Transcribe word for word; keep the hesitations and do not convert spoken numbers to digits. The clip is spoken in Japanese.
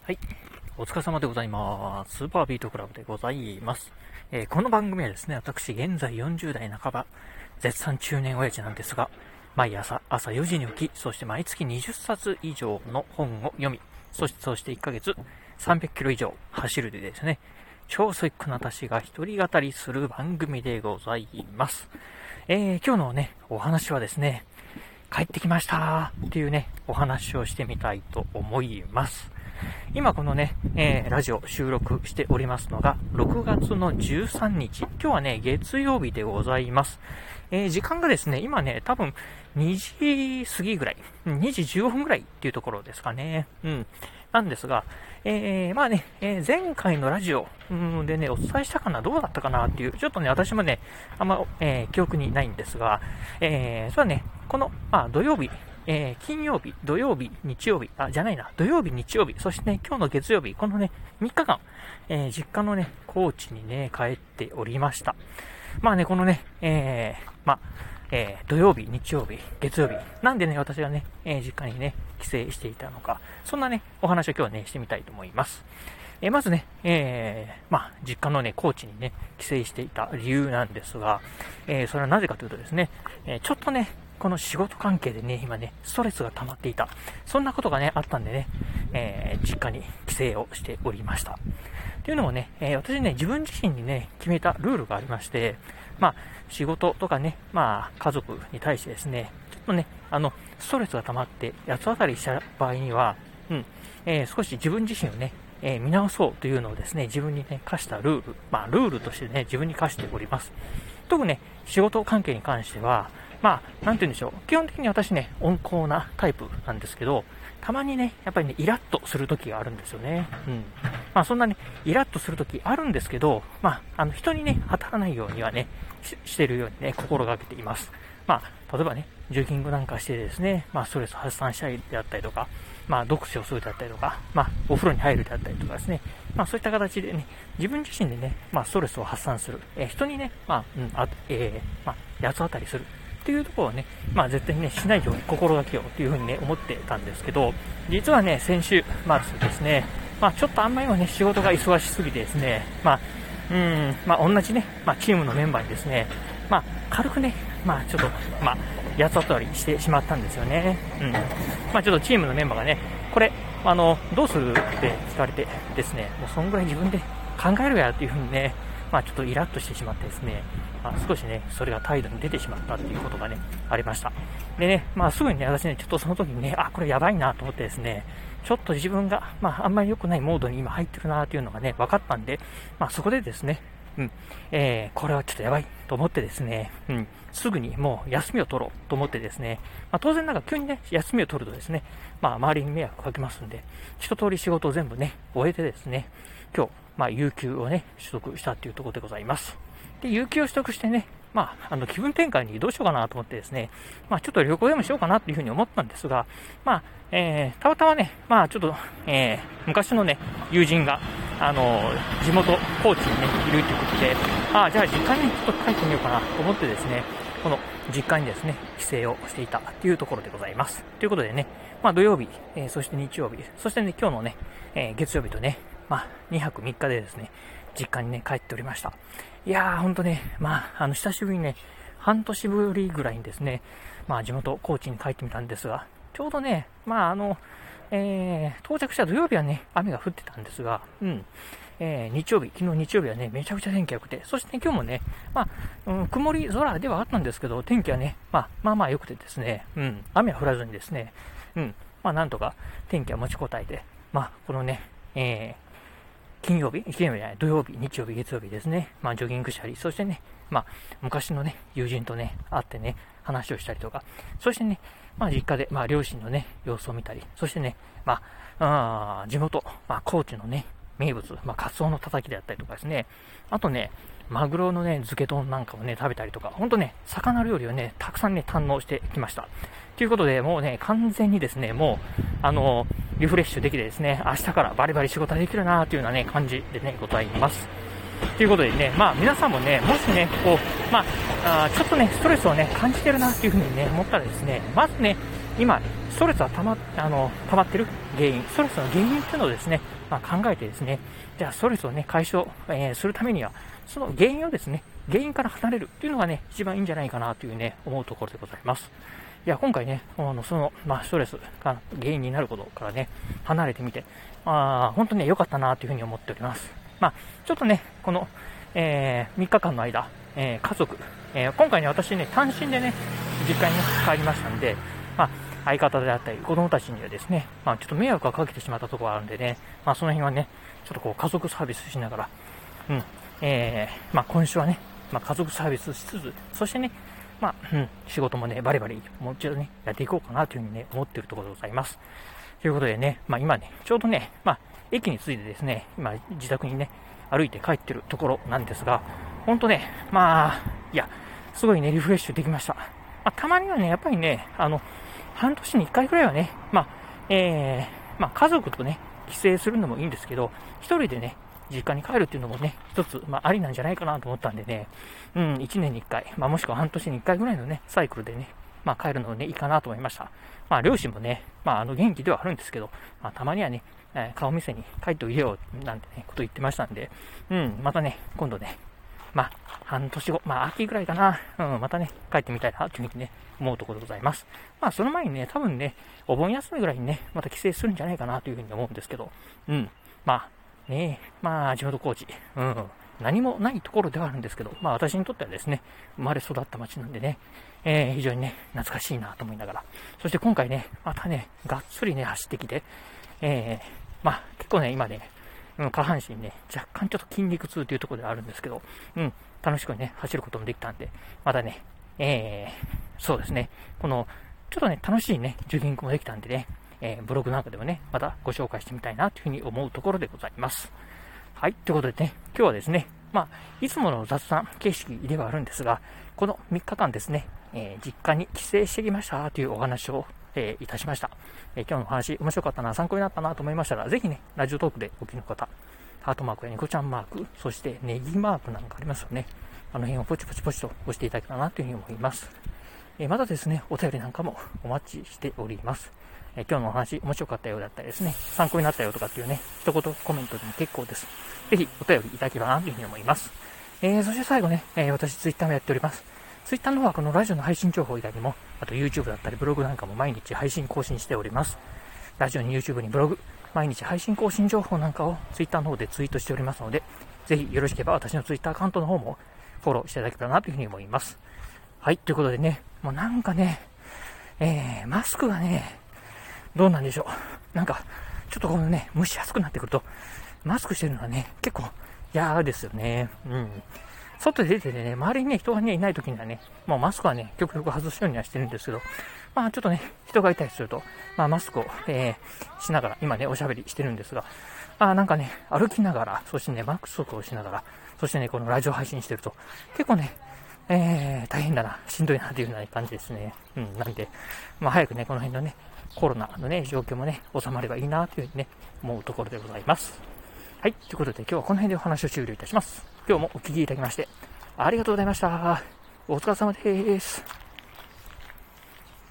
はい。お疲れ様でございます。スーパービートクラブでございます。えー、この番組はですね、私、現在よんじゅう代半ば、絶賛中年親父なんですが、毎朝、朝よじに起き、そして毎月にじゅっさつ以上の本を読み、そして、そしていっかげつさんびゃくキロ以上走るでですね、超スイックな私が一人語りする番組でございます。えー、今日のね、お話はですね、帰ってきましたっていうね、お話をしてみたいと思います。今このね、えー、ラジオ収録しておりますのがろくがつのじゅうさんにち。今日はね、月曜日でございます。えー、時間がですね、今ね、多分にじ過ぎぐらい、にじじゅうごふんぐらいっていうところですかね。うん。なんですが、えー、まあね、えー、前回のラジオでね、お伝えしたかな、どうだったかなっていう、ちょっとね、私もね、あんま、えー、記憶にないんですが、えー、それはね、この、まあ、土曜日、えー、金曜日、土曜日、日曜日、あ、じゃないな、土曜日、日曜日、そしてね、今日の月曜日、このね、みっかかん、えー、実家のね、高知にね、帰っておりました。まあね、このね、えー、まあ、えー、土曜日、日曜日、月曜日、なんでね、私がね、えー、実家にね、帰省していたのか、そんなね、お話を今日はね、してみたいと思います。えー、まずね、えー、まあ、実家のね、高知にね、帰省していた理由なんですが、えー、それはなぜかというとですね、えー、ちょっとね、この仕事関係でね、今ね、ストレスが溜まっていた。そんなことがね、あったんでね、えー、実家に帰省をしておりました。っていうのもね、えー、私ね、自分自身にね、決めたルールがありまして、まあ、仕事とかね、まあ、家族に対してですね、ちょっとね、あの、ストレスが溜まって八つ当たりした場合には、うん、えー、少し自分自身をね、えー、見直そうというのをですね、自分にね、課したルール、まあ、ルールとしてね、自分に課しております。特にね、仕事関係に関しては、まあ、なんて言うんでしょう。基本的に私ね、温厚なタイプなんですけど、たまにね、やっぱりね、イラッとする時があるんですよね。うん。まあ、そんなね、イラッとする時あるんですけど、まあ、あの、人にね、当たらないようにはね、し, してるようにね、心がけています。まあ、例えばね、ジョギングなんかしてですね、まあ、ストレス発散したりであったりとか、まあ、読書をするであったりとか、まあ、お風呂に入るであったりとかですね、まあ、そういった形でね、自分自身でね、まあ、ストレスを発散する。えー、人にね、まあ、うん、あ、えー、まあ、八つ当たりする。っていうところをね、まあ絶対にね、しないように心がけようというふうにね、思ってたんですけど、実はね、先週末ですね、まあちょっとあんまりもね、仕事が忙しすぎてですね、まあ、うん、まあ同じね、まあチームのメンバーにですね、まあ軽くね、まあちょっと、まあ、八つ当たりしてしまったんですよね。うん。まあちょっとチームのメンバーがね、これ、あの、どうするって聞かれてですね、もうそんぐらい自分で考えるやっていうふうにね、まあちょっとイラッとしてしまってですね、まあ、少しね、それが態度に出てしまったっていうことがね、ありました。でね、まあすぐにね、私ね、ちょっとその時にね、あ、これやばいなと思ってですね、ちょっと自分が、まああんまり良くないモードに今入ってるなというのがね、分かったんで、まあそこでですね、うん、えー、これはちょっとやばいと思ってですね、うん、すぐにもう休みを取ろうと思ってですね、まあ当然なんか急にね、休みを取るとですね、まあ周りに迷惑をかけますんで、一通り仕事を全部ね、終えてですね、今日、まあ有給をね、取得したっていうところでございます。で、有給を取得してね、まあ、あの、気分転換にどうしようかなと思ってですね、まあ、ちょっと旅行でもしようかなというふうに思ったんですが、まあ、えー、たまたまね、まあ、ちょっと、えー、昔のね、友人が、あの、地元、高知にね、いるということで、ああ、じゃあ実家にちょっと帰ってみようかなと思ってですね、この実家にですね、帰省をしていたというところでございます。ということでね、まあ、土曜日、えー、そして日曜日、そしてね、今日のね、えー、月曜日とね、まあ、にはくみっかでですね、実家にね、帰っておりました。いやー、ほんとね、まあ、あの、久しぶりにね、半年ぶりぐらいにですね、まあ、地元、高知に帰ってみたんですが、ちょうどね、まあ、あの、えー、到着した土曜日はね、雨が降ってたんですが、うん、えー、日曜日、昨日日曜日はね、めちゃくちゃ天気が良くて、そして、ね、今日もね、まあ、うん、曇り空ではあったんですけど、天気はね、まあ、まあまあ良くてですね、うん、雨は降らずにですね、うん、まあ、なんとか天気は持ちこたえて、まあ、このね、えー、金曜日、金曜日じゃない、土曜日、日曜日、月曜日ですね。まあ、ジョギングしたり、そしてね、まあ、昔のね、友人とね、会ってね、話をしたりとか、そしてね、まあ、実家で、まあ、両親のね、様子を見たり、そしてね、まあ、あ地元、まあ、高知のね、名物、まあ、カツオのたたきであったりとかですね、あとね、マグロのね、漬け丼なんかをね、食べたりとか、ほんとね、魚料理をね、たくさんね、堪能してきました。ということで、もうね、完全にですね、もう、あのー、リフレッシュできてですね、明日からバリバリ仕事ができるなーというようなね、感じでね、ございます。ということでね、まあ皆さんもね、もしね、こう、まあ、あちょっとね、ストレスをね、感じてるなっていうふうにね、思ったらですね、まずね、 今、ストレスがたま、あの、溜まってる原因、ストレスの原因っていうのをですね、まあ、考えてですね、じゃあストレスをね、解消、えー、するためには、その原因をですね、原因から離れるっていうのがね、一番いいんじゃないかなというね、思うところでございます。いや、今回ね、あのその、まあ、ストレスが原因になることからね、離れてみて、あ本当にね、良かったなというふうに思っております。まあ、ちょっとね、この、えー、みっかかんの間、えー、家族、えー、今回ね、私ね、単身でね、実家に、ね、帰りましたんで、まあ、相方であったり、子供たちにはですね、まあ、ちょっと迷惑をかけてしまったところがあるんでね、まあ、その辺はね、ちょっとこう、家族サービスしながら、うん、えー、まあ、今週はね、まあ、家族サービスしつつ、そしてね、まあ、うん、仕事もね、バリバリ、もう一度ね、やっていこうかなというふうにね、思っているところでございます。ということでね、まあ、今ね、ちょうどね、まあ、駅に着いてですね、今、自宅にね、歩いて帰ってるところなんですが、ほんとね、まあ、いや、すごいね、リフレッシュできました。まあ、たまにはね、やっぱりね、あの、半年にいっかいくらいはね、まあ、えー、まあ、家族とね、帰省するのもいいんですけど、一人でね、実家に帰るっていうのもね、一つ、まあ、ありなんじゃないかなと思ったんでね、うん、いちねんにいっかい、まあ、もしくは半年にいっかいぐらいのね、サイクルでね、まあ、帰るのね、いいかなと思いました。まあ、両親もね、まあ、あの、元気ではあるんですけど、まあ、たまにはね、えー、顔見せに帰っておいでよ、なんてね、こと言ってましたんで、うん、またね、今度ね、まあ、半年後、まあ、秋ぐらいかな、うん、またね、帰ってみたいな、というふうにね、思うところでございます。まあ、その前にね、多分ね、お盆休みぐらいにね、また帰省するんじゃないかな、というふうに思うんですけど、うん、まあ、ねまあ、地元高知、うん、何もないところではあるんですけど、まあ、私にとってはですね、生まれ育った町なんでね、えー、非常にね、懐かしいなと思いながら、そして今回ね、またね、がっつりね、走ってきて、えー、まあ、結構ね、今ね、うん、下半身ね、若干ちょっと筋肉痛というところであるんですけど、うん、楽しくね、走ることもできたんで、またね、えー、そうですね、この、ちょっとね、楽しいね、ジョギングもできたんでね、えー、ブログなんかでもね、またご紹介してみたいなというふうに思うところでございます。はい、ということでね、今日はですね、まあ、いつもの雑談形式ではあるんですが、このみっかかんですね、えー、実家に帰省してきましたというお話を、えー、いたしました。えー、今日のお話、面白かったな、参考になったなと思いましたら、ぜひね、ラジオトークでお聞きの方、ハートマークやニコちゃんマーク、そしてネギマークなんかありますよね。あの辺をポチポチポチと押していただけたらなというふうに思います。えー、またですね、お便りなんかもお待ちしております。えー、今日のお話面白かったようだったりですね、参考になったよとかっていうね、一言コメントでも結構です。ぜひお便りいただければなというふうに思います。えー、そして最後ね、えー、私ツイッターもやっております。ツイッターの方はこのラジオの配信情報以外にも、あと YouTube だったりブログなんかも毎日配信更新しております。ラジオに YouTube にブログ、毎日配信更新情報なんかをツイッターの方でツイートしておりますので、ぜひよろしければ私のツイッターアカウントの方もフォローしていただけたらなというふうに思います。はい、ということでね、もうなんかね、えー、マスクがね、どうなんでしょう。なんか、ちょっとこのね、蒸し暑くなってくると、マスクしてるのはね、結構嫌ですよね。うん。外で出ててね、周りにね、人がね、いない時にはね、もうマスクはね、極力外すようにはしてるんですけど、まあちょっとね、人がいたりすると、まあマスクを、えー、しながら、今ね、おしゃべりしてるんですが、あなんかね、歩きながら、そしてね、マスクをしながら、そしてね、このラジオ配信してると、結構ね、えー、大変だな、しんどいなというような感じですね。うん、なんで、まあ早くね、この辺のね、コロナのね、状況もね、収まればいいなというふうにね、思うところでございます。はい、ということで今日はこの辺でお話を終了いたします。今日もお聞きいただきまして、ありがとうございました。お疲れ様です。